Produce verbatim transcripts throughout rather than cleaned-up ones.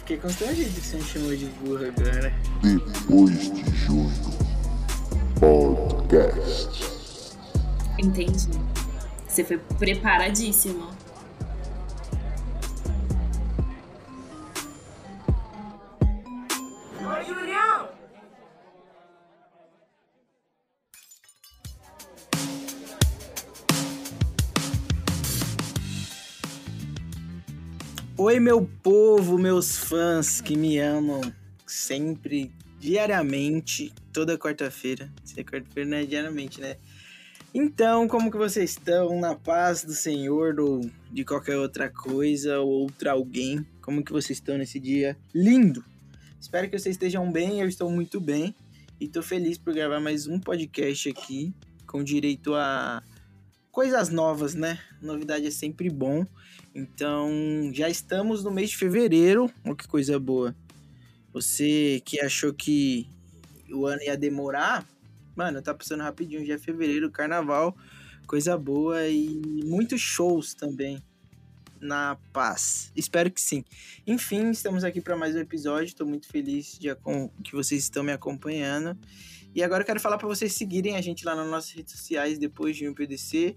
fiquei constrangido que você me chamou de burro agora. Depois de Junho Podcast. Entendi. Você foi preparadíssimo. Oi, Julião! Oi, meu povo, meus fãs que me amam sempre, diariamente, toda quarta-feira. Se é quarta-feira, não é diariamente, né? Então, como que vocês estão? Na paz do Senhor ou de qualquer outra coisa ou outro alguém? Como que vocês estão nesse dia lindo? Espero que vocês estejam bem, eu estou muito bem. E tô feliz por gravar mais um podcast aqui, com direito a coisas novas, né? Novidade é sempre bom. Então, já estamos no mês de fevereiro. Olha que coisa boa. Você que achou que o ano ia demorar, mano, tá passando rapidinho. Já é fevereiro, carnaval, coisa boa e muitos shows também na paz. Espero que sim. Enfim, estamos aqui para mais um episódio. Tô muito feliz de que vocês estão me acompanhando. E agora eu quero falar para vocês seguirem a gente lá nas nossas redes sociais depois de um P D C,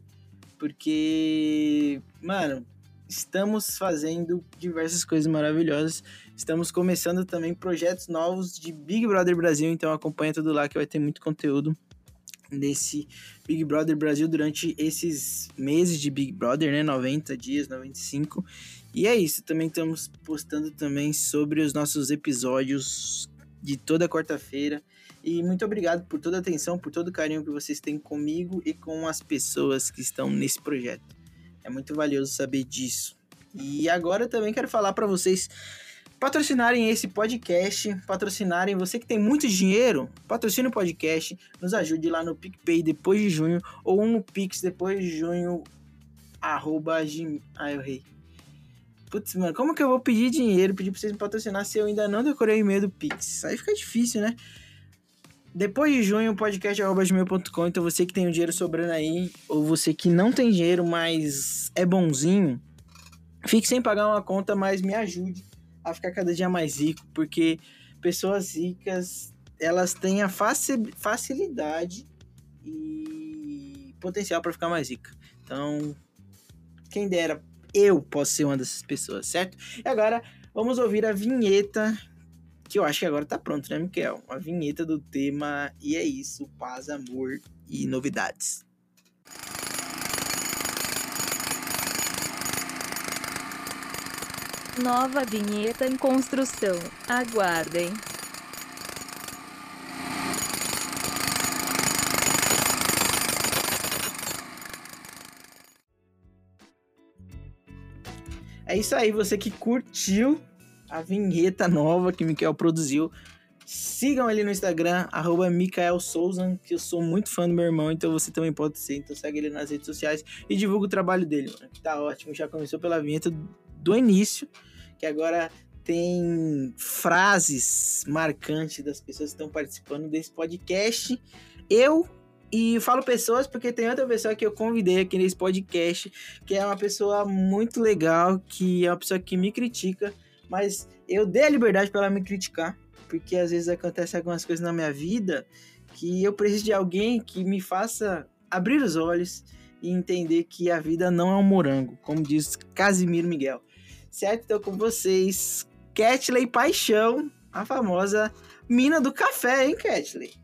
porque, mano, estamos fazendo diversas coisas maravilhosas. Estamos começando também projetos novos de Big Brother Brasil, então acompanha tudo lá que vai ter muito conteúdo nesse Big Brother Brasil durante esses meses de Big Brother, né? noventa dias, noventa e cinco. E é isso, também estamos postando também sobre os nossos episódios de toda quarta-feira. E muito obrigado por toda a atenção, por todo o carinho que vocês têm comigo e com as pessoas que estão nesse projeto. É muito valioso saber disso. E agora eu também quero falar para vocês patrocinarem esse podcast, patrocinarem, você que tem muito dinheiro, patrocine o podcast, nos ajude lá no PicPay depois de junho, ou no Pix depois de junho, arroba, gim... ah, eu errei. Putz, mano, como que eu vou pedir dinheiro, pedir pra vocês me patrocinar se eu ainda não decorei o e-mail do Pix? Aí fica difícil, né? Depois de junho, podcast arroba gmail ponto com. Então você que tem o dinheiro sobrando aí, ou você que não tem dinheiro, mas é bonzinho, fique sem pagar uma conta, mas me ajude a ficar cada dia mais rico, porque pessoas ricas, elas têm a faci- facilidade e potencial para ficar mais rica. Então, quem dera, eu posso ser uma dessas pessoas, certo? E agora, vamos ouvir a vinheta, que eu acho que agora tá pronto, né, Miquel? A vinheta do tema, e é isso, paz, amor e novidades. Nova vinheta em construção. Aguardem. É isso aí, você que curtiu a vinheta nova que o Miquel produziu, sigam ele no Instagram, arroba Micael Souza, que eu sou muito fã do meu irmão, então você também pode ser, então segue ele nas redes sociais e divulga o trabalho dele, mano, que tá ótimo, já começou pela vinheta do início, que agora tem frases marcantes das pessoas que estão participando desse podcast. Eu e falo pessoas porque tem outra pessoa que eu convidei aqui nesse podcast, que é uma pessoa muito legal, que é uma pessoa que me critica, mas eu dei a liberdade para ela me criticar, porque às vezes acontecem algumas coisas na minha vida que eu preciso de alguém que me faça abrir os olhos e entender que a vida não é um morango, como diz Casimiro Miguel. Certo? Então com vocês, Ketley Paixão, a famosa mina do café, hein, Ketley?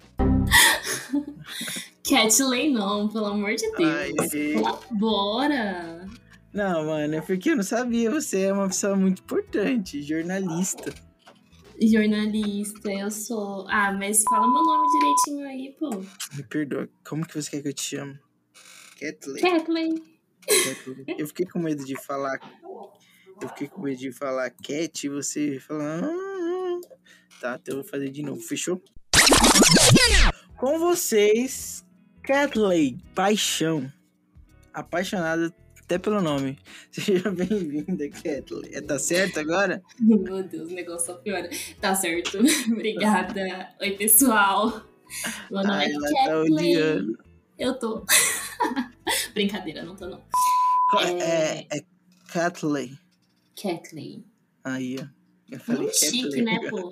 Ketley não, pelo amor de Deus. Ai, Colabora. Não, mano, é porque eu não sabia, você é uma pessoa muito importante, jornalista. Jornalista, eu sou. Ah, mas fala meu nome direitinho aí, pô. Me perdoa, como que você quer que eu te chame? Ketley. Ketley. Ketley. Eu fiquei com medo de falar... Eu fiquei com medo de falar Cat e você falar... Ah, tá, então eu vou fazer de novo, fechou? Com vocês, Ketley Paixão. Apaixonada até pelo nome. Seja bem-vinda, Ketley. É, tá certo agora? Meu Deus, o negócio só piora. Tá certo. Obrigada. Oi, pessoal. Meu nome Ai, é ela tá Ketley. odiando. Eu tô. Brincadeira, não tô não. É, é Ketley. Ketley. Aí, ó. Eu falei Muito chique, Kathleen. né, pô?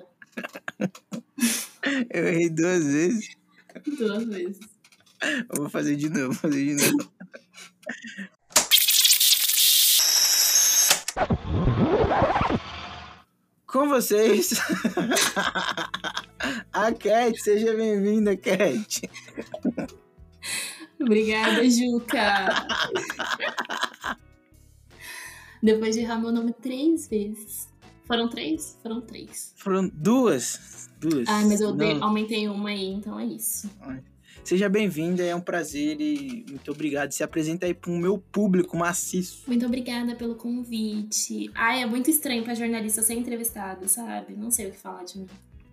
Eu errei duas vezes. Duas vezes. Eu vou fazer de novo, vou fazer de novo. Com vocês, a Cat. Seja bem-vinda, Cat. Obrigada, Juca. Depois de errar meu nome três vezes. Foram três? Foram três. Foram duas. Duas. Ah, mas eu dei, Não. aumentei uma aí, então é isso. Seja bem-vinda, é um prazer e muito obrigado. Se apresenta aí pro meu público maciço. Muito obrigada pelo convite. Ai, é muito estranho pra jornalista ser entrevistado, sabe? Não sei o que falar de mim.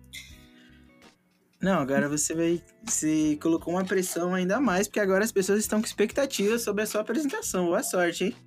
Não, agora você vai. Você colocou uma pressão ainda mais, porque agora as pessoas estão com expectativas sobre a sua apresentação. Boa sorte, hein?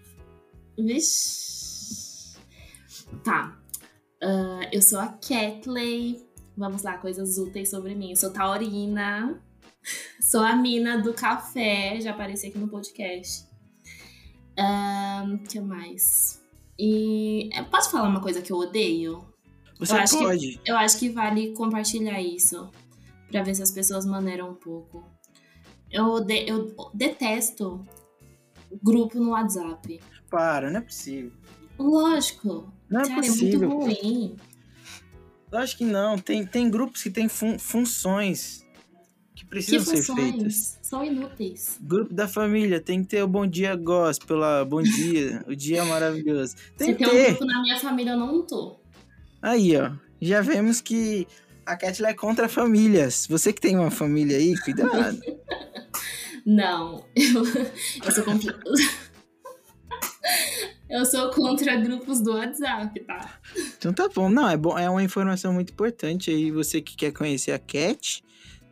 Vixe. Tá. Uh, eu sou a Kathleen. Vamos lá, coisas úteis sobre mim. Eu sou taurina. Sou a mina do café. Já apareci aqui no podcast. O um, que mais? E posso falar uma coisa que eu odeio? Você eu acho pode. Que, eu acho que vale compartilhar isso. Pra ver se as pessoas maneiram um pouco. Eu, odeio, eu detesto grupo no WhatsApp. Para, não é possível. Lógico. Não é Cara, possível. é muito ruim. Lógico que não. Tem, tem grupos que têm fun- funções que precisam Que ser feitas. funções? São inúteis. Grupo da família tem que ter o Bom Dia Gospel lá. Bom dia. O dia é maravilhoso. Tem Se que tem um ter. grupo na minha família, eu não tô. Aí, ó. Já vemos que a Kathleen é contra famílias. Você que tem uma família aí, cuidado. Não. Eu, eu sou contra... eu sou contra grupos do WhatsApp, tá? Então tá bom. Não, é bom, é uma informação muito importante aí. Você que quer conhecer a Cat,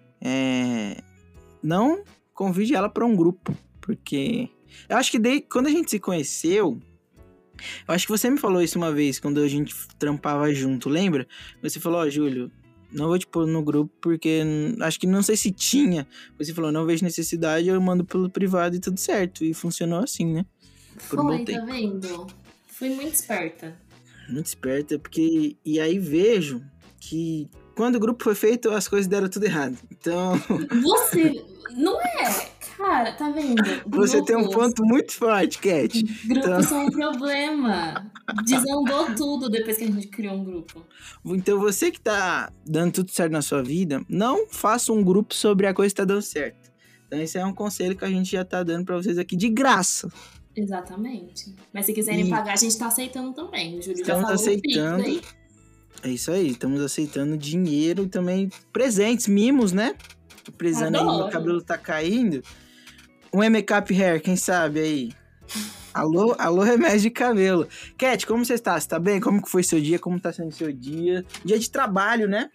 é... não convide ela para um grupo, porque eu acho que desde quando a gente se conheceu, eu acho que você me falou isso uma vez quando a gente trampava junto, lembra? Você falou, ó, oh, Júlio, não vou te pôr no grupo porque acho que não sei se tinha. Você falou, não vejo necessidade, eu mando pelo privado e tudo certo. E funcionou assim, né? Por um bom Foi, tempo. tá vendo? Fui muito esperta. Muito esperta, porque... E aí vejo que quando o grupo foi feito, as coisas deram tudo errado. Então... Você... Não é? Cara, tá vendo? Você Grupos, tem um ponto muito forte, Cat. Grupos Então... são um problema. Desandou tudo depois que a gente criou um grupo. Então você que tá dando tudo certo na sua vida, não faça um grupo sobre a coisa que tá dando certo. Então esse é um conselho que a gente já tá dando pra vocês aqui de graça. Exatamente. Mas se quiserem E... pagar, a gente tá aceitando também. O Júlio Estamos já falou aceitando. o Pix aí. É isso aí, estamos aceitando dinheiro e também presentes, mimos, né? Tô precisando aí, Adoro. meu cabelo tá caindo. Um M-Cap Hair, quem sabe aí? Alô, alô, remédio de cabelo. Cat, como você está? Você tá bem? Como que foi seu dia? Como tá sendo seu dia? Dia de trabalho, né?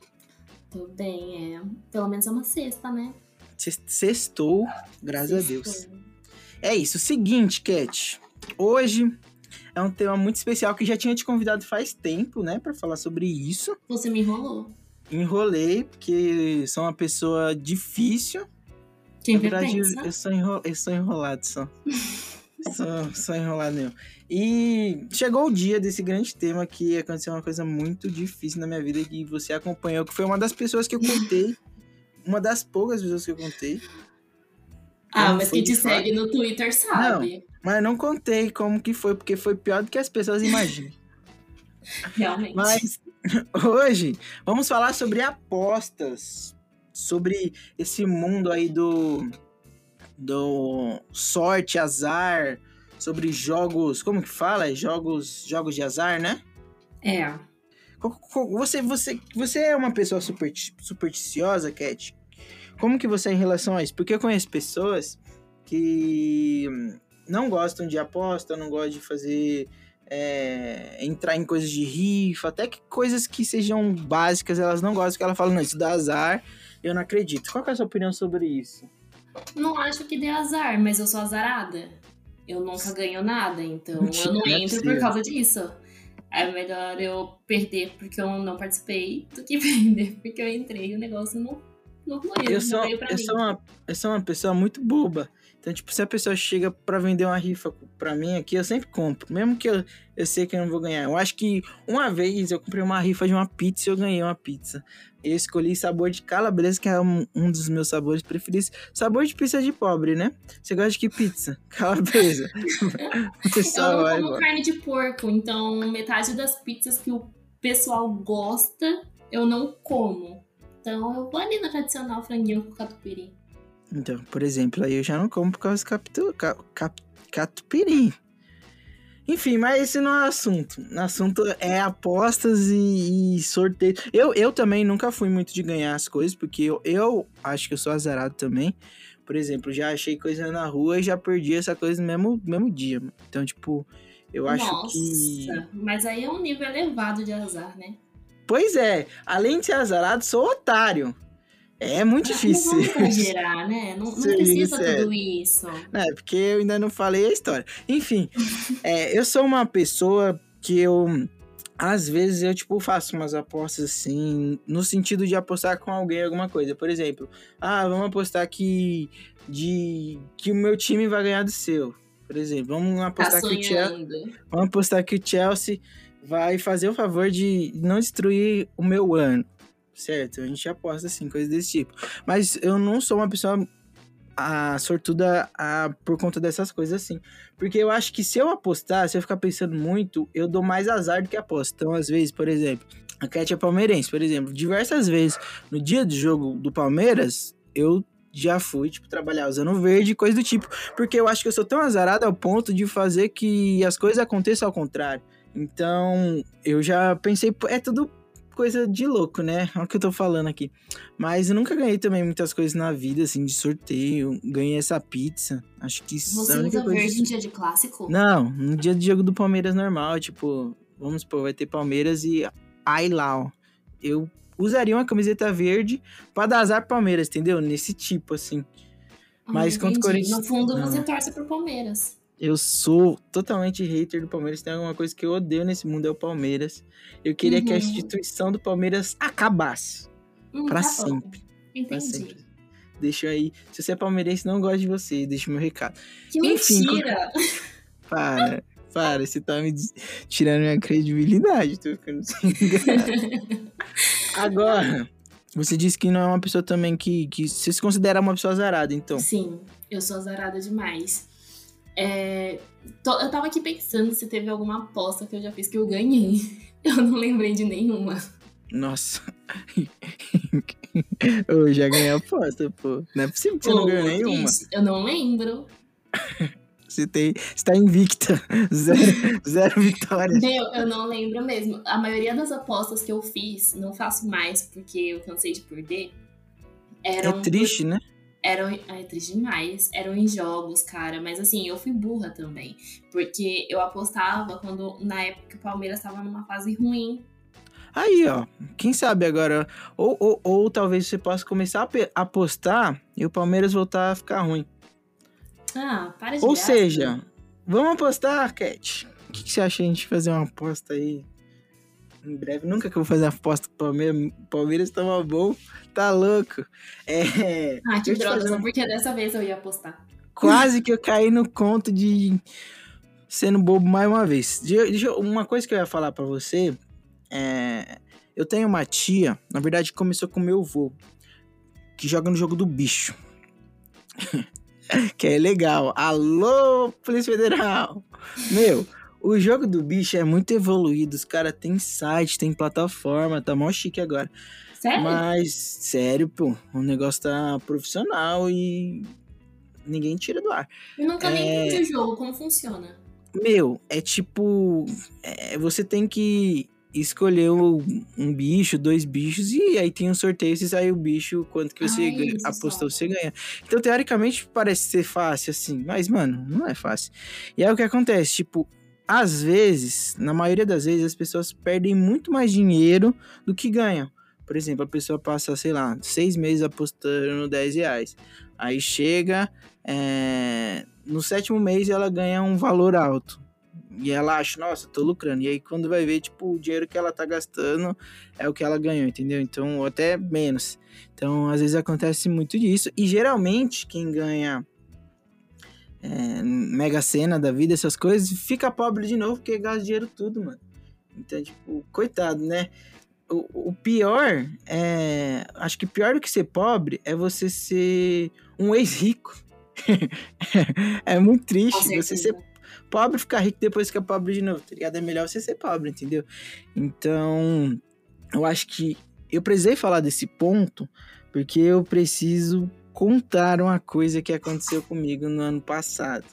Tô bem, é. Pelo menos é uma sexta, né? Sextou, graças a Deus. Sextou. É isso, seguinte, Cat. Hoje é um tema muito especial que já tinha te convidado faz tempo, né? Pra falar sobre isso. Você me enrolou. Enrolei, porque sou uma pessoa difícil. Quem Na verdade, eu, pensa? eu, sou enro... eu sou enrolado só. sou, sou enrolado mesmo. E chegou o dia desse grande tema que aconteceu uma coisa muito difícil na minha vida que você acompanhou, que foi uma das pessoas que eu contei. Uma das poucas pessoas que eu contei. Ah, Como mas foi quem te de fato. segue no Twitter sabe. Mas eu não contei como que foi, porque foi pior do que as pessoas imaginam. Realmente. Mas hoje vamos falar sobre apostas, sobre esse mundo aí do, do sorte, azar, sobre jogos, como que fala? Jogos, jogos de azar, né? É. Você, você, você é uma pessoa superti- supersticiosa, Cat? Como que você é em relação a isso? Porque eu conheço pessoas que não gostam de aposta, não gostam de fazer... É, entrar em coisas de rifa, até que coisas que sejam básicas, elas não gostam, que ela fala, não, isso dá azar, eu não acredito. Qual que é a sua opinião sobre isso? Não acho que dê azar, mas eu sou azarada. Eu nunca ganho nada, então Mentira, eu não não é entro possível. por causa disso. É melhor eu perder porque eu não participei do que perder porque eu entrei e o negócio não, não fluiu, Eu não sou, veio pra eu, mim. sou uma, eu sou uma pessoa muito boba. Então, tipo, se a pessoa chega pra vender uma rifa pra mim aqui, eu sempre compro. Mesmo que eu, eu sei que eu não vou ganhar. Eu acho que uma vez eu comprei uma rifa de uma pizza e eu ganhei uma pizza. Eu escolhi sabor de calabresa, que é um, um dos meus sabores preferidos. Sabor de pizza de pobre, né? Você gosta de que pizza? Calabresa. Eu não como carne de porco, então metade das pizzas que o pessoal gosta, eu não como. Então eu vou ali no tradicional franguinho com catupiry. Então, por exemplo, aí eu já não como por causa do captu, cap, cap, catupiry. Enfim, mas esse não é o assunto. O assunto é apostas e, e sorteio. Eu, eu também nunca fui muito de ganhar as coisas, porque eu, eu acho que eu sou azarado também. Por exemplo, já achei coisa na rua e já perdi essa coisa no mesmo, mesmo dia. Então, tipo, eu acho Nossa, que... mas aí é um nível elevado de azar, né? Pois é, além de ser azarado, sou otário. É muito difícil. Não vamos exagerar, né? Não, não precisa tudo isso. É, porque eu ainda não falei a história. Enfim, é, eu sou uma pessoa que eu... Às vezes eu, tipo, faço umas apostas assim, no sentido de apostar com alguém alguma coisa. Por exemplo, ah, vamos apostar que, de, que o meu time vai ganhar do seu. Por exemplo, vamos apostar, tá que, o Chelsea, vamos apostar que o Chelsea vai fazer o favor de não destruir o meu ano. Certo? A gente aposta assim, coisas desse tipo. Mas eu não sou uma pessoa a, sortuda a, por conta dessas coisas assim. Porque eu acho que se eu apostar, se eu ficar pensando muito, eu dou mais azar do que aposto. Então, às vezes, por exemplo, a Cat é palmeirense, por exemplo. Diversas vezes, no dia do jogo do Palmeiras, eu já fui, tipo, trabalhar usando verde e coisa do tipo. Porque eu acho que eu sou tão azarado ao ponto de fazer que as coisas aconteçam ao contrário. Então, eu já pensei, é tudo... coisa de louco, né? Olha o que eu tô falando aqui. Mas eu nunca ganhei também muitas coisas na vida, assim, de sorteio. Ganhei essa pizza. Acho que isso Você é a única usa coisa... verde em dia de clássico? Não, no dia de jogo do Palmeiras normal, tipo... Vamos supor, vai ter Palmeiras e Ailau. Eu usaria uma camiseta verde pra dar azar pro Palmeiras, entendeu? Nesse tipo, assim. Mas ah, contra o Corinthians... No fundo, não. Você torce pro Palmeiras. Eu sou totalmente hater do Palmeiras. Tem alguma coisa que eu odeio nesse mundo, é o Palmeiras. Eu queria uhum. que a instituição do Palmeiras acabasse. Hum, pra tá sempre. Bom. Entendi. Pra sempre. Deixa aí. Se você é palmeirense, não gosta de você. Deixa o meu recado. Que Enfim, mentira! Com... Para, para. Você tá me tirando minha credibilidade. Tô ficando sem graça. Agora, você disse que não é uma pessoa também que, que... Você se considera uma pessoa azarada, então. Sim, eu sou azarada demais. É, tô, eu tava aqui pensando se teve alguma aposta que eu já fiz que eu ganhei. Eu não lembrei de nenhuma. Nossa. Eu já ganhei a aposta, pô. Não é possível que você pô, não ganhou nenhuma. Eu não lembro. Você, tem, você tá invicta. Zero, zero vitórias. Meu, eu não lembro mesmo. A maioria das apostas que eu fiz, não faço mais porque eu cansei de perder. Eram é triste, por... né? Eram, é triste demais, eram em jogos, cara, mas assim, eu fui burra também, porque eu apostava quando, na época que o Palmeiras tava numa fase ruim. Aí, ó, quem sabe agora, ou, ou, ou talvez você possa começar a apostar e o Palmeiras voltar a ficar ruim. Ah, para de Ou graça, seja, né? Vamos apostar, Cat? O que, que você acha de a gente fazer uma aposta aí? Em breve, nunca que eu vou fazer aposta pro Palmeiras. Palmeiras tava bom, tá louco. É, ah, que droga, fazendo... só porque dessa vez eu ia apostar. Quase que eu caí no conto de sendo bobo mais uma vez. Deixa eu... Uma coisa que eu ia falar pra você é... Eu tenho uma tia, na verdade começou com meu avô, que joga no jogo do bicho. Que é legal. Alô, Polícia Federal! Meu... O jogo do bicho é muito evoluído, os caras têm site, tem plataforma, tá mó chique agora. Sério? Mas, sério, pô, o negócio tá profissional e ninguém tira do ar. Eu nunca é... nem entendi o jogo, como funciona? Meu, é tipo, é, você tem que escolher um, um bicho, dois bichos, e aí tem um sorteio, se sair o bicho, quanto que você Ai, ganha, isso apostou, só. você ganha. Então, teoricamente, parece ser fácil, assim, mas, mano, não é fácil. E aí o que acontece, tipo, às vezes, na maioria das vezes, as pessoas perdem muito mais dinheiro do que ganham. Por exemplo, a pessoa passa, sei lá, seis meses apostando dez reais. Aí chega, é... no sétimo mês ela ganha um valor alto. E ela acha, nossa, tô lucrando. E aí quando vai ver, tipo, o dinheiro que ela tá gastando é o que ela ganhou, entendeu? Então, até menos. Então, às vezes acontece muito disso. E geralmente, quem ganha é, Mega Sena da vida, essas coisas, fica pobre de novo porque gasta dinheiro tudo, mano. Então, tipo, coitado, né? O, o pior é... Acho que pior do que ser pobre é você ser um ex-rico. É muito triste você ser pobre e ficar rico depois ficar pobre de novo, tá ligado? É melhor você ser pobre, entendeu? Então, eu acho que eu precisei falar desse ponto porque eu preciso contar uma coisa que aconteceu comigo no ano passado.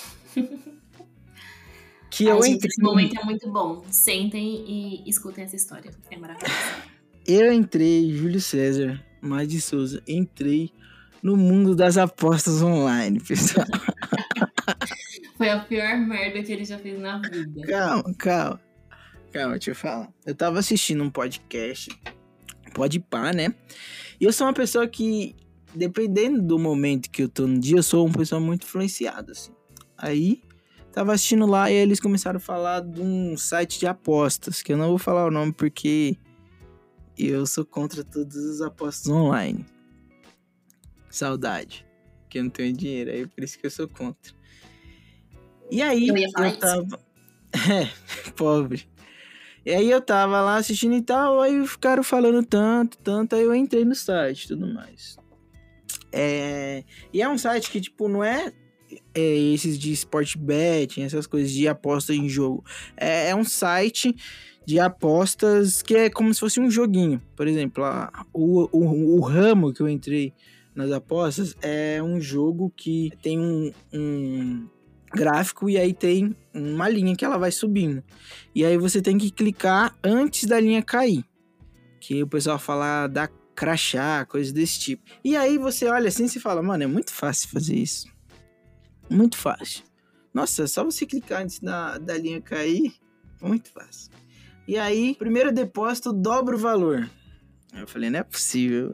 Que Ai, eu gente, entrei... esse momento é muito bom. Sentem e escutem essa história. É maravilhoso. Eu entrei, Júlio César Mar de Souza, entrei no mundo das apostas online, pessoal. Foi a pior merda que ele já fez na vida. Calma, calma. Calma, deixa eu falar. Eu tava assistindo um podcast, Podpah, né? E eu sou uma pessoa que, dependendo do momento que eu tô no dia, eu sou uma pessoa muito influenciada, assim. Aí, tava assistindo lá e eles começaram a falar de um site de apostas, que eu não vou falar o nome porque eu sou contra todas as apostas online. Saudade, que eu não tenho dinheiro, aí por isso que eu sou contra. E aí, Eu ia falar eu tava... É, pobre. E aí eu tava lá assistindo e tal, aí ficaram falando tanto, tanto, aí eu entrei no site e tudo mais. É... E é um site que, tipo, não é, é esses de sport betting, essas coisas de aposta em jogo. É, é um site de apostas que é como se fosse um joguinho. Por exemplo, a, o, o, o ramo que eu entrei nas apostas é um jogo que tem um, um gráfico e aí tem uma linha que ela vai subindo. E aí você tem que clicar antes da linha cair. Que o pessoal fala da crachá, coisas desse tipo. E aí você olha assim e fala, mano, é muito fácil fazer isso. Muito fácil. Nossa, é só você clicar antes da, da linha cair. Muito fácil. E aí, primeiro depósito dobra o valor. Eu falei, não é possível.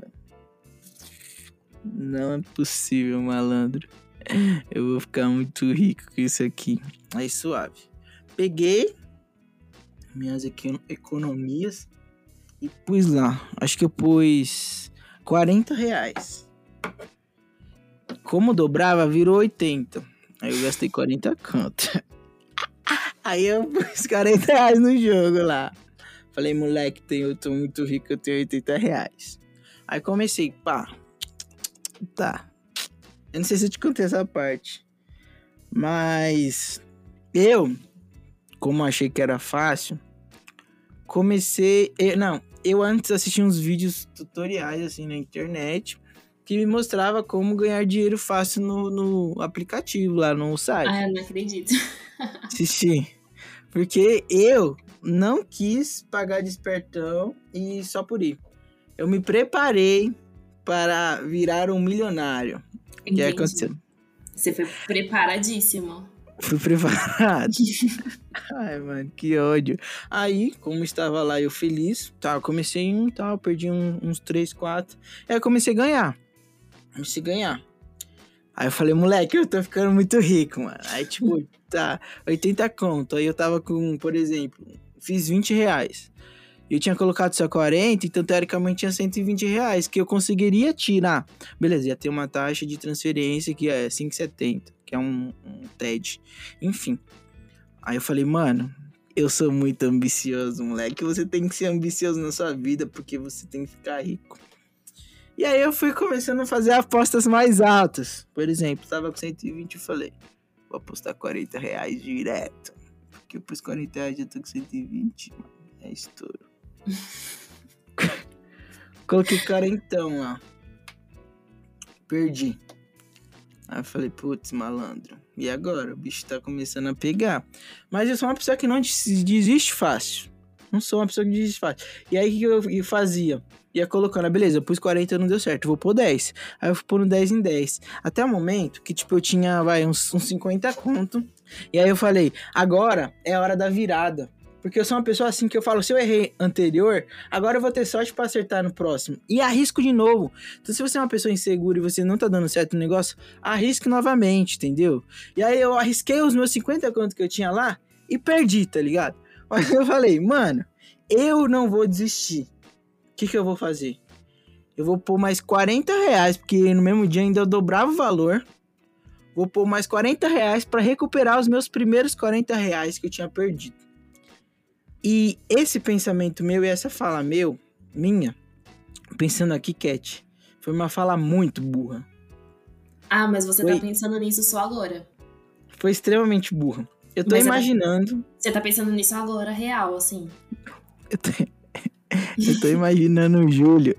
Não é possível, malandro. Eu vou ficar muito rico com isso aqui. Aí, suave. Peguei minhas equi- economias e pus lá. Acho que eu pus quarenta reais. Como dobrava, virou oitenta. Aí eu gastei quarenta conto. Aí eu pus quarenta reais no jogo lá. Falei, moleque, eu tô muito rico, eu tenho oitenta reais. Aí comecei, pá. Tá. Eu não sei se eu te contei essa parte. Mas eu, como achei que era fácil, comecei... Eu, não, eu antes assisti uns vídeos tutoriais assim na internet que me mostrava como ganhar dinheiro fácil no, no aplicativo, lá no site. Ah, eu não acredito. Assisti. Porque eu não quis pagar de espertão e só por ir. Eu me preparei para virar um milionário. O que aconteceu? Você foi preparadíssimo. Fui preparado. Ai, mano, que ódio. Aí, como estava lá eu feliz, tá, comecei em tal, perdi um, uns três, quatro. Aí eu comecei a ganhar. Comecei a ganhar. Aí eu falei, moleque, eu tô ficando muito rico, mano. Aí, tipo, tá, oitenta conto. Aí eu tava com, por exemplo, fiz vinte reais. Eu tinha colocado só quarenta, então teoricamente tinha cento e vinte reais que eu conseguiria tirar. Beleza, ia ter uma taxa de transferência que é cinco e setenta, que é um, um T E D. Enfim. Aí eu falei, mano, eu sou muito ambicioso, moleque. Você tem que ser ambicioso na sua vida, porque você tem que ficar rico. E aí eu fui começando a fazer apostas mais altas. Por exemplo, tava com cento e vinte, eu falei, vou apostar quarenta reais direto. Porque eu pus quarenta reais e já tô com cento e vinte, mano. É estouro. Coloquei quarentão lá. Perdi. Aí eu falei, putz, malandro. E agora? O bicho tá começando a pegar. Mas eu sou uma pessoa que não desiste fácil. Não sou uma pessoa que desiste fácil. E aí o que eu fazia? Ia colocando, beleza, eu pus quarenta, não deu certo, vou pôr dez. Aí eu fui pondo dez em dez. Até o momento que, tipo, eu tinha, vai, uns, uns cinquenta conto. E aí eu falei, agora é a hora da virada. Porque eu sou uma pessoa assim que eu falo, se eu errei anterior, agora eu vou ter sorte pra acertar no próximo. E arrisco de novo. Então se você é uma pessoa insegura e você não tá dando certo no negócio, arrisque novamente, entendeu? E aí eu arrisquei os meus cinquenta conto que eu tinha lá e perdi, tá ligado? Mas eu falei, mano, eu não vou desistir. O que que eu vou fazer? Eu vou pôr mais quarenta reais, porque no mesmo dia ainda eu dobrava o valor. vou pôr mais quarenta reais pra recuperar os meus primeiros quarenta reais que eu tinha perdido. E esse pensamento meu e essa fala meu, minha, pensando aqui, Cat, foi uma fala muito burra. Ah, mas você Foi- tá pensando nisso só agora. Foi extremamente burra. Eu tô Mas você tá- imaginando... Você tá pensando nisso agora, real, assim. Eu tô, eu tô imaginando o Júlio.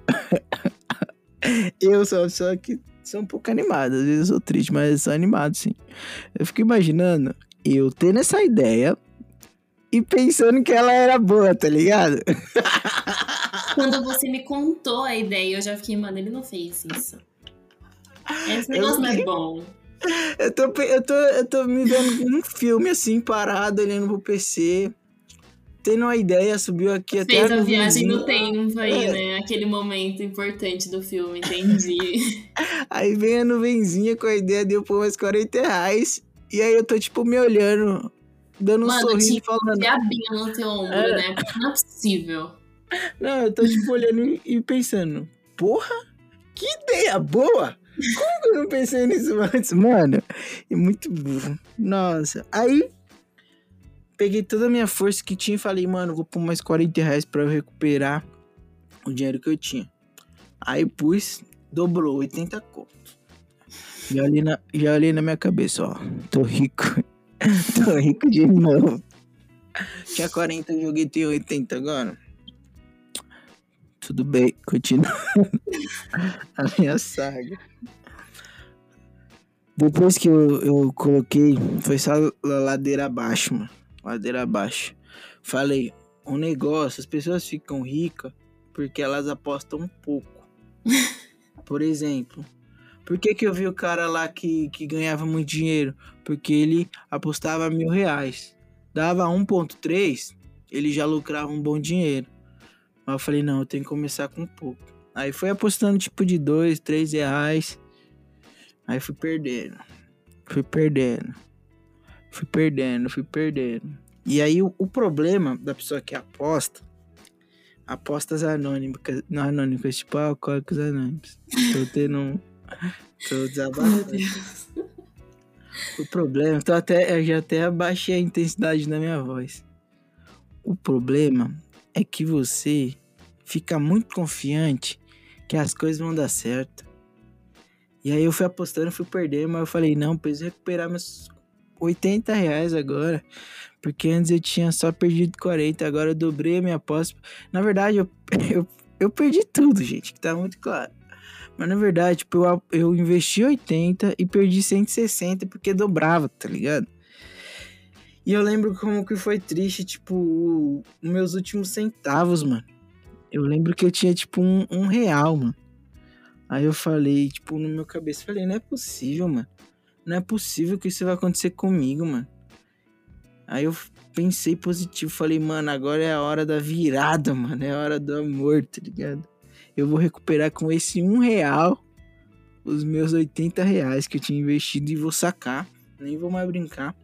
Eu sou uma pessoa que sou um pouco animada. Às vezes eu sou triste, mas eu sou animado, sim. Eu fico imaginando eu tendo essa ideia e pensando que ela era boa, tá ligado? Quando você me contou a ideia, eu já fiquei, mano, ele não fez isso. Esse Eu negócio não é fiquei- bom. Eu tô, pe- eu tô, eu tô me vendo num filme assim, parado, olhando pro P C. Tendo uma ideia, subiu aqui até Fez a a viagem nuvenzinha. no tempo aí, É. né? Aquele momento importante do filme, entendi. Aí vem a nuvenzinha com a ideia de eu pôr mais quarenta reais. E aí eu tô, tipo, me olhando, dando um Mano, sorriso, tinha falando... diabinho no teu ombro, É. né? Porque não é possível. Não, eu tô, tipo, olhando e- e pensando... Porra, que ideia boa! Como que eu não pensei nisso antes? Mano, é muito burro. Nossa. Aí, peguei toda a minha força que tinha e falei... Mano, vou pôr mais quarenta reais pra eu recuperar o dinheiro que eu tinha. Aí pus, dobrou, oitenta conto. Já olhei na, já olhei na minha cabeça, ó. Tô rico. Tô rico de novo. Tinha quarenta, eu joguei tem oitenta agora. Tudo bem, continua a minha saga. Depois que eu, eu coloquei, foi só ladeira abaixo, mano. Ladeira abaixo. Falei, um negócio, as pessoas ficam ricas porque elas apostam um pouco. Por exemplo, por que que eu vi o cara lá que, que ganhava muito dinheiro? Porque ele apostava mil reais. Dava um ponto três, ele já lucrava um bom dinheiro. Mas eu falei, não, eu tenho que começar com pouco. Aí fui apostando tipo de dois, três reais. Aí fui perdendo. Fui perdendo. Fui perdendo, fui perdendo. E aí o, o problema da pessoa que aposta, apostas anônimas, não anônimas, tipo alcoólicos anônimos. Tô tendo um... Tô Meu desabafando. Deus. O problema, tô até, eu já até abaixei a intensidade da minha voz. O problema é que você fica muito confiante que as coisas vão dar certo. E aí eu fui apostando, fui perdendo, mas eu falei, não, preciso recuperar meus oitenta reais agora. Porque antes eu tinha só perdido quarenta, agora eu dobrei a minha aposta. Na verdade, eu, eu, eu perdi tudo, gente, que tá muito claro. Mas na verdade, tipo, eu, eu investi oitenta e perdi cento e sessenta porque dobrava, tá ligado? E eu lembro como que foi triste, tipo, o- os meus últimos centavos, mano. Eu lembro que eu tinha, tipo, um, um real, mano. Aí eu falei, tipo, no meu cabeça, falei, não é possível, mano. Não é possível que isso vai acontecer comigo, mano. Aí eu pensei positivo, falei, mano, agora é a hora da virada, mano. É a hora do amor, tá ligado? Eu vou recuperar com esse um real os meus oitenta reais que eu tinha investido e vou sacar. Nem vou mais brincar.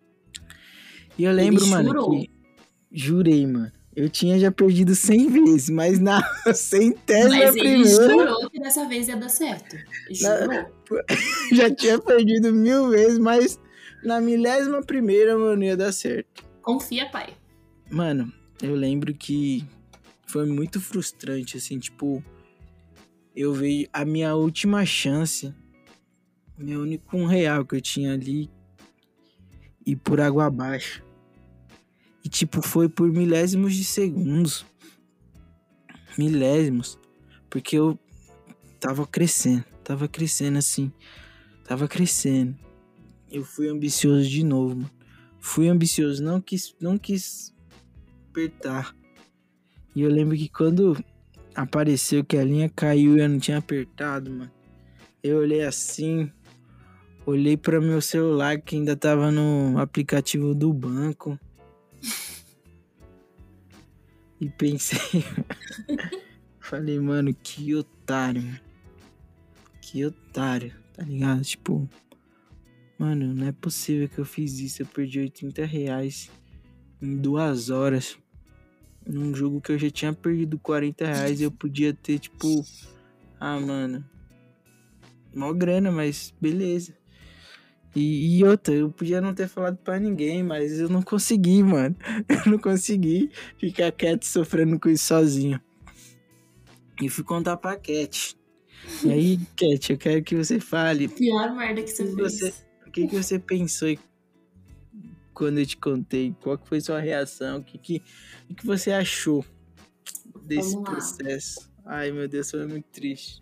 E eu lembro, Ele mano, jurou. que... Jurei, mano. Eu tinha já perdido cem vezes, mas na centésima Mas ele primeira jurou que dessa vez ia dar certo. Jurou. já tinha perdido mil vezes, mas na milésima primeira, mano, ia dar certo. Confia, pai. Mano, eu lembro que foi muito frustrante, assim, tipo, eu vi a minha última chance, meu único um real que eu tinha ali, e por água abaixo. E, tipo, foi por milésimos de segundos. Milésimos. Porque eu tava crescendo, tava crescendo, assim, tava crescendo. Eu fui ambicioso de novo, mano. Fui ambicioso, não quis, não quis apertar. E eu lembro que quando apareceu que a linha caiu e eu não tinha apertado, mano, eu olhei assim, olhei para meu celular que ainda tava no aplicativo do banco e pensei, falei, mano, que otário, mano. Que otário, tá ligado? Tipo, mano, não é possível que eu fiz isso, eu perdi oitenta reais em duas horas. Num jogo que eu já tinha perdido quarenta reais, eu podia ter, tipo... Ah, mano... Mó grana, mas beleza. E, e outra, eu podia não ter falado pra ninguém, mas eu não consegui, mano. Eu não consegui ficar quieto sofrendo com isso sozinho. E fui contar pra Cat. E aí, Cat, eu quero que você fale. Pior merda que você o que fez. você, o que, que você pensou quando eu te contei? Qual que foi sua reação? O que, que, o que você achou desse Vamos lá. processo? Ai, meu Deus, foi muito triste.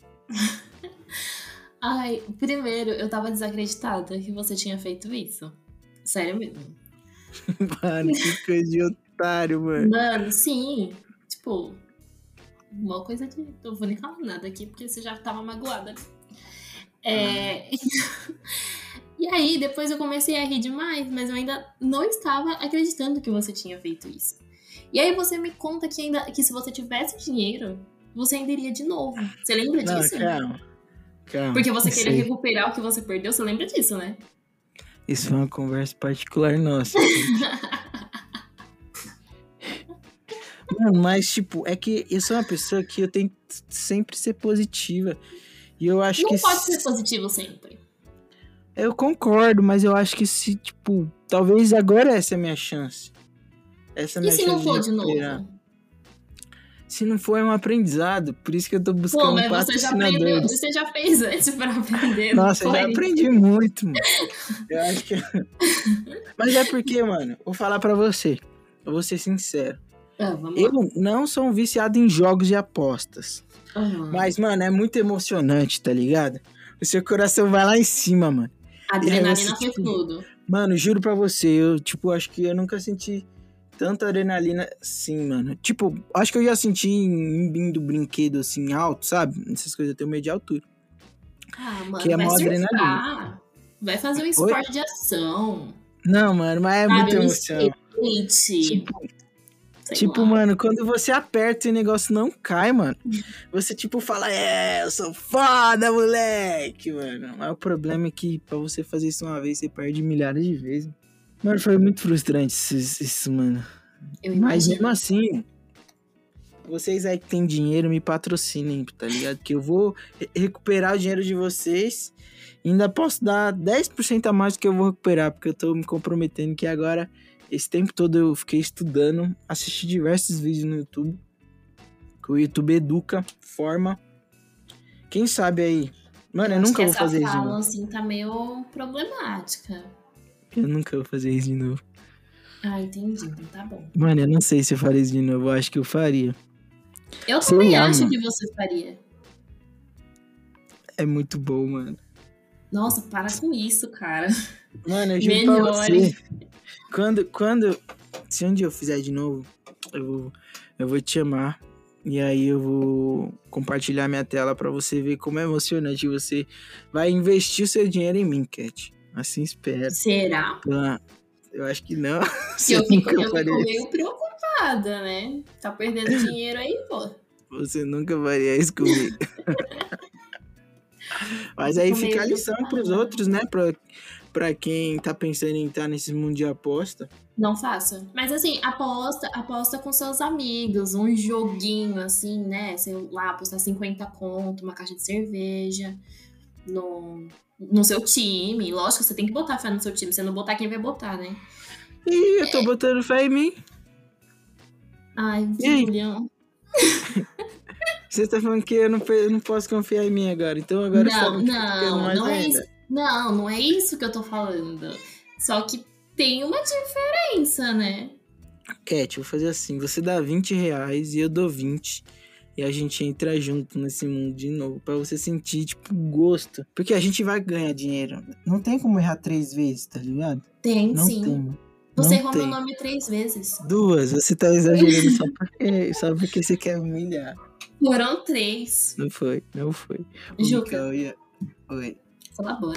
Ai, primeiro, eu tava desacreditada que você tinha feito isso. Sério mesmo. Mano, que coisa de otário, mano. Mano, sim. Tipo, uma coisa de... Eu vou nem falar nada aqui, porque você já tava magoada. É... E aí, depois eu comecei a rir demais, mas eu ainda não estava acreditando que você tinha feito isso. E aí você me conta que, ainda, que se você tivesse dinheiro, você ainda iria de novo. Você lembra Não, disso? calma. Calma. Porque você eu queria sei. recuperar o que você perdeu, você lembra disso, né? Isso foi uma conversa particular nossa. Mano, mas tipo, é que eu sou uma pessoa que eu tento sempre ser positiva. E eu acho Não que... pode ser se- positivo sempre. Eu concordo, mas eu acho que se, tipo, talvez agora essa é a minha chance. Essa é a E minha se não chance for de recuperar. novo? Se não for, é um aprendizado. Por isso que eu tô Pô, buscando mas você já aprendeu, patrocinadores. você já fez antes pra aprender, Nossa, não eu já foi? aprendi muito, mano. Eu acho que... Mas é porque, mano, vou falar pra você. Eu vou ser sincero. Ah, vamos Eu lá. não sou um viciado em jogos de apostas. Aham. Mas, mano, é muito emocionante, tá ligado? O seu coração vai lá em cima, mano. Adrenalina E aí você, foi tipo, tudo. Mano, juro pra você, eu, tipo, acho que eu nunca senti tanta adrenalina assim, mano. Tipo, acho que eu já senti em indo brinquedo, assim, alto, sabe? Essas coisas, eu tenho medo de altura. Ah, mano, Que é vai mó surfar. adrenalina. Vai fazer um esporte de ação. Não, mano, mas é Sabe, muita um emoção. skate. Tipo, Sei tipo lá. mano, quando você aperta e o negócio não cai, mano. Você, tipo, fala, é, eu sou foda, moleque, mano. Mas o problema é que pra você fazer isso uma vez, você perde milhares de vezes. Mano, foi muito frustrante isso, isso, mano. Eu Mas imagino. mesmo assim, vocês aí que tem dinheiro, me patrocinem, tá ligado? Que eu vou re- recuperar o dinheiro de vocês e ainda posso dar dez por cento a mais do que eu vou recuperar, porque eu tô me comprometendo que agora, esse tempo todo eu fiquei estudando, assisti diversos vídeos no YouTube, que o YouTube educa, forma. Quem sabe aí? Mano, eu, acho nunca que vou essa fazer isso de fala, novo. assim, tá meio problemática. Eu nunca vou fazer isso de novo. Ah, entendi. Então tá bom. Mano, eu não sei se eu faria isso de novo, eu acho que eu faria. Eu Sei também lá, acho mano. que você faria. É muito bom, mano. Nossa, para com isso, cara. Mano, eu juro pra Melhore. você. Quando, quando, se um dia eu fizer de novo, eu vou, eu vou te chamar. E aí eu vou compartilhar minha tela pra você ver como é emocionante. Você vai investir o seu dinheiro em mim, Cat. Assim espero. Será? Então, eu acho que não. Que Você eu fico, nunca eu fico faria isso. meio preocupada, né? Tá perdendo dinheiro aí, pô. Você nunca faria isso comigo. Mas aí Fico meio fica a lição pros preocupada. outros, né? Pra, pra quem tá pensando em entrar nesse mundo de aposta. Não faça. Mas assim, aposta, aposta com seus amigos, um joguinho assim, né? Sei lá, apostar cinquenta conto, uma caixa de cerveja no, no seu time. Lógico, você tem que botar fé no seu time. Se não botar, quem vai botar, né? Ih, eu tô botando fé em mim. Ai, E aí? Julião. Você tá falando que eu não, pe- eu não posso confiar em mim agora. Então agora você tá Não, me criticando não, mais não é ainda. isso. Não, não é isso que eu tô falando. Só que tem uma diferença, né? Cat, vou fazer assim. Você dá vinte reais e eu dou vinte. E a gente entra junto nesse mundo de novo. Pra você sentir, tipo, gosto. Porque a gente vai ganhar dinheiro. Não tem como errar três vezes, tá ligado? Tem, Não sim. tem, mano. Você Não errou meu tem. nome três vezes. Duas, você tá exagerando só porque, só porque você quer humilhar. Foram três. Não foi, não foi. O Juca, Mikael ia... Oi. colabora.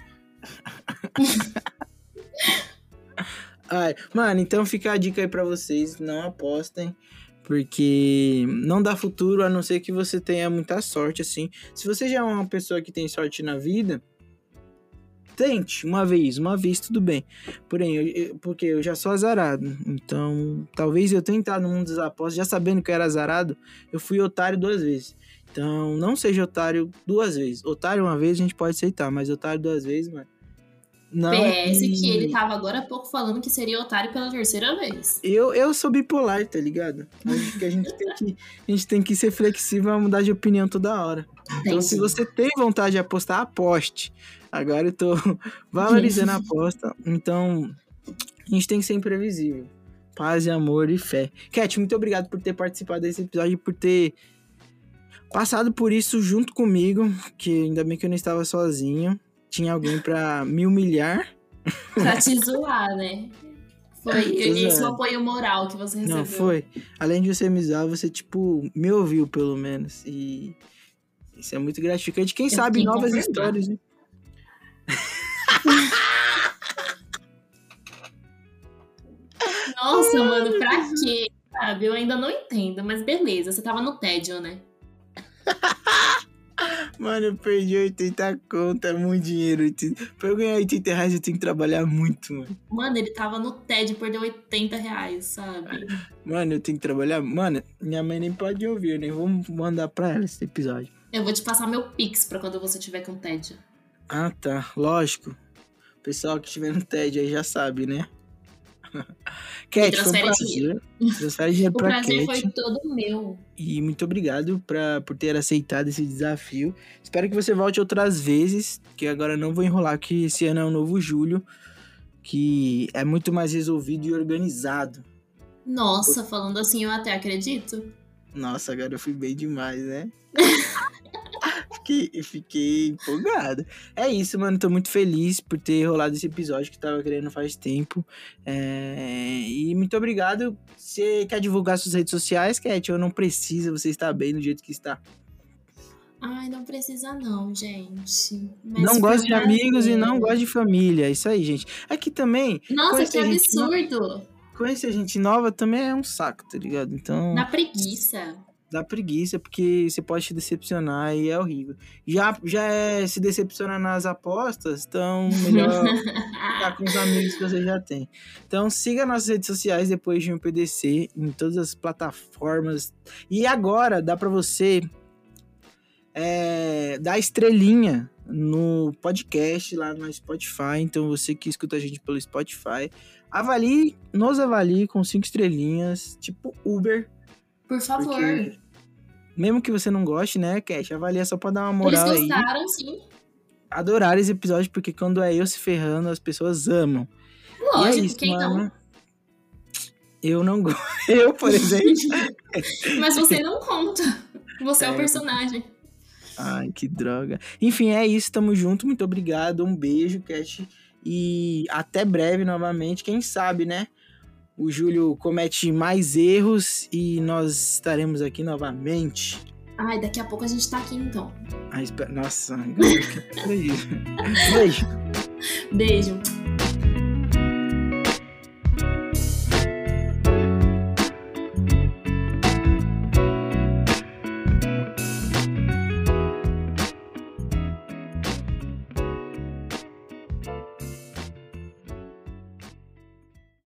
Ai, mano, então fica a dica aí pra vocês, não apostem, porque não dá futuro, a não ser que você tenha muita sorte, assim. Se você já é uma pessoa que tem sorte na vida, tente, uma vez, uma vez tudo bem. Porém, eu- eu- porque eu já sou azarado, então talvez eu tenha entrado no mundo das apostas, já sabendo que eu era azarado, eu fui otário duas vezes. Então, não seja otário duas vezes. Otário uma vez a gente pode aceitar, mas otário duas vezes, mano, Não, P S e- que ele tava agora há pouco falando que seria otário pela terceira vez. Eu, eu sou bipolar, tá ligado? Acho que a gente tem que, a gente tem que ser flexível a mudar de opinião toda hora. Então, se você tem vontade de apostar, aposte. Agora eu tô valorizando a aposta. Então, a gente tem que ser imprevisível. Paz e amor e fé. Cat, muito obrigado por ter participado desse episódio e por ter passado por isso junto comigo. Que ainda bem que eu não estava sozinho. Tinha alguém pra me humilhar. Pra te zoar, né? Foi Pois esse é. o apoio moral que você recebeu. Não, foi. Além de você me zoar, você, tipo, me ouviu, pelo menos. E isso é muito gratificante. Quem Eu sabe fiquei novas conformada. histórias, né? Nossa, mano, pra quê? Sabe? Eu ainda não entendo, mas beleza, você tava no tédio, né? Mano, eu perdi oitenta conto, é muito dinheiro. oitenta Pra eu ganhar oitenta reais, eu tenho que trabalhar muito, mano. Mano, ele tava no tédio, perdeu oitenta reais, sabe? Mano, eu tenho que trabalhar. Mano, minha mãe nem pode ouvir, eu nem vou mandar pra ela esse episódio. Eu vou te passar meu Pix pra quando você tiver com tédio. Ah, tá. Lógico. O pessoal que estiver no T E D aí já sabe, né? Cat, foi um transfere prazer. Transfere dinheiro O pra prazer Cat. foi todo meu. E muito obrigado pra, por ter aceitado esse desafio. Espero que você volte outras vezes, que agora não vou enrolar, que esse ano é o novo Júlio, que é muito mais resolvido e organizado. Nossa, falando assim, eu até acredito. Nossa, agora eu fui bem demais, né? fiquei, fiquei empolgado. É isso, mano. Tô muito feliz por ter rolado esse episódio que tava querendo faz tempo. É, E muito obrigado. Você quer divulgar suas redes sociais, Cat? Ou não precisa? Você está bem do jeito que está? Ai, não precisa não, gente. Mas Não foi gosta um de amigos e prazer. não gosta de família. É isso aí, gente. Aqui também, Nossa, conhecer que gente no- absurdo. conhecer gente nova também é um saco, tá ligado? Então, Na preguiça. dá preguiça, porque você pode se decepcionar e é horrível. Já, já é se decepcionar nas apostas, então melhor ficar com os amigos que você já tem. Então siga nossas redes sociais depois de um P D C em todas as plataformas. E agora dá pra você é, dar estrelinha no podcast lá no Spotify. Então você que escuta a gente pelo Spotify, avalie, nos avalie com cinco estrelinhas, tipo Uber. Por favor. Porque mesmo que você não goste, né, Cat, avalia só pra dar uma Eles moral aí. gostaram, sim. Adoraram esse episódio, porque quando é eu se ferrando, as pessoas amam. Lógico, e é isso, quem mano. não? Eu não gosto. Eu, por exemplo. Mas você não conta. Você é, É, o personagem. Ai, que droga. Enfim, é isso. Tamo junto. Muito obrigado. Um beijo, Cat. E até breve novamente. Quem sabe, né? O Júlio comete mais erros e nós estaremos aqui novamente. Ai, daqui a pouco a gente tá aqui então. Ai, espera- Nossa, agora que- Beijo. Beijo.